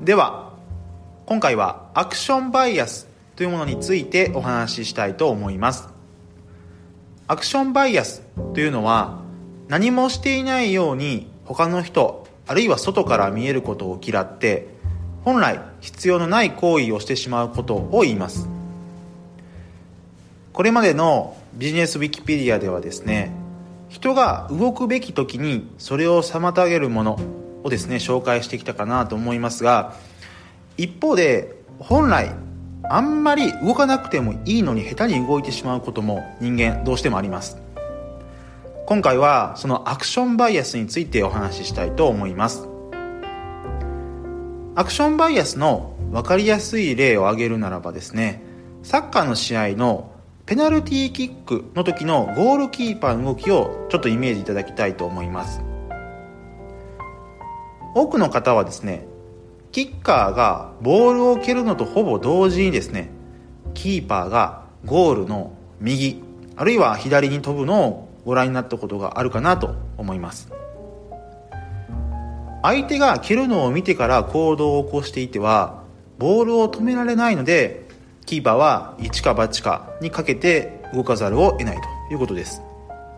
では今回はアクションバイアスというものについてお話ししたいと思います。アクションバイアスというのは、何もしていないように他の人あるいは外から見えることを嫌って本来必要のない行為をしてしまうことを言います。これまでのビジネスウィキペディアではですね、人が動くべき時にそれを妨げるものをですね紹介してきたかなと思いますが、一方で本来あんまり動かなくてもいいのに下手に動いてしまうことも人間どうしてもあります。今回はそのアクションバイアスについてお話ししたいと思います。アクションバイアスの分かりやすい例を挙げるならばですね、サッカーの試合のペナルティーキックの時のゴールキーパーの動きをちょっとイメージいただきたいと思います。多くの方はですね、キッカーがボールを蹴るのとほぼ同時にですね、キーパーがゴールの右あるいは左に飛ぶのをご覧になったことがあるかなと思います。相手が蹴るのを見てから行動を起こしていてはボールを止められないので、キーパーは一か八かにかけて動かざるを得ないということです。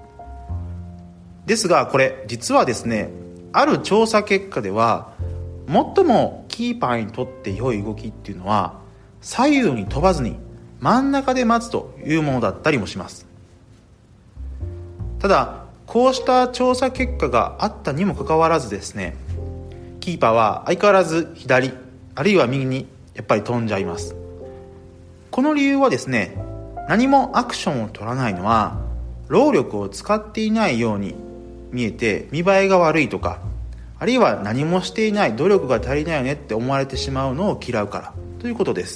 ですがこれ実はですね、ある調査結果では最もキーパーにとって良い動きっていうのは左右に飛ばずに真ん中で待つというものだったりもします。ただこうした調査結果があったにもかかわらずですね、キーパーは相変わらず左あるいは右にやっぱり飛んじゃいます。この理由はですね、何もアクションを取らないのは労力を使っていないように見えて見栄えが悪いとか、あるいは何もしていない努力が足りないよねって思われてしまうのを嫌うからということです。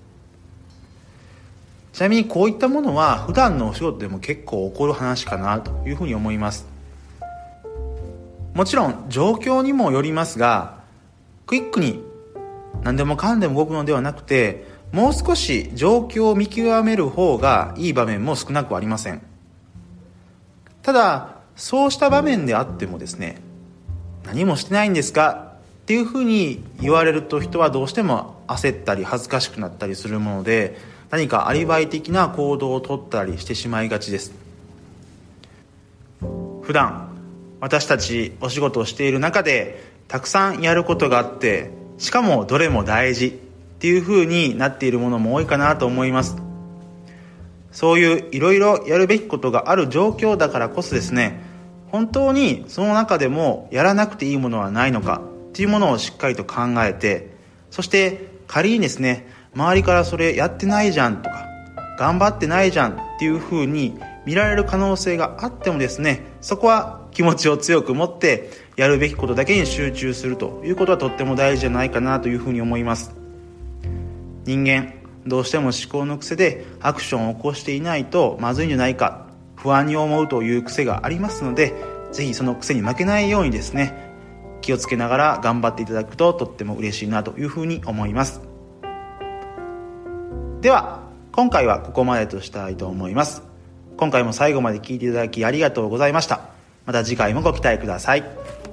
ちなみにこういったものは普段のお仕事でも結構起こる話かなというふうに思います。もちろん状況にもよりますが、クイックに何でもかんでも動くのではなくて、もう少し状況を見極める方がいい場面も少なくありません。ただそうした場面であってもですね、何もしてないんですかっていうふうに言われると人はどうしても焦ったり恥ずかしくなったりするもので、何かアリバイ的な行動をとったりしてしまいがちです。普段私たちお仕事をしている中でたくさんやることがあって、しかもどれも大事っていう風になっているものも多いかなと思います。そういういろいろやるべきことがある状況だからこそですね、本当にその中でもやらなくていいものはないのかっていうものをしっかりと考えて、そして仮にですね、周りからそれやってないじゃんとか頑張ってないじゃんっていう風に見られる可能性があってもですね、そこは気持ちを強く持ってやるべきことだけに集中するということはとっても大事じゃないかなという風に思います。人間どうしても思考の癖でアクションを起こしていないとまずいんじゃないか、不安に思うという癖がありますので、ぜひその癖に負けないようにですね、気をつけながら頑張っていただくととっても嬉しいなというふうに思います。では今回はここまでとしたいと思います。今回も最後まで聞いていただきありがとうございました。また次回もご期待ください。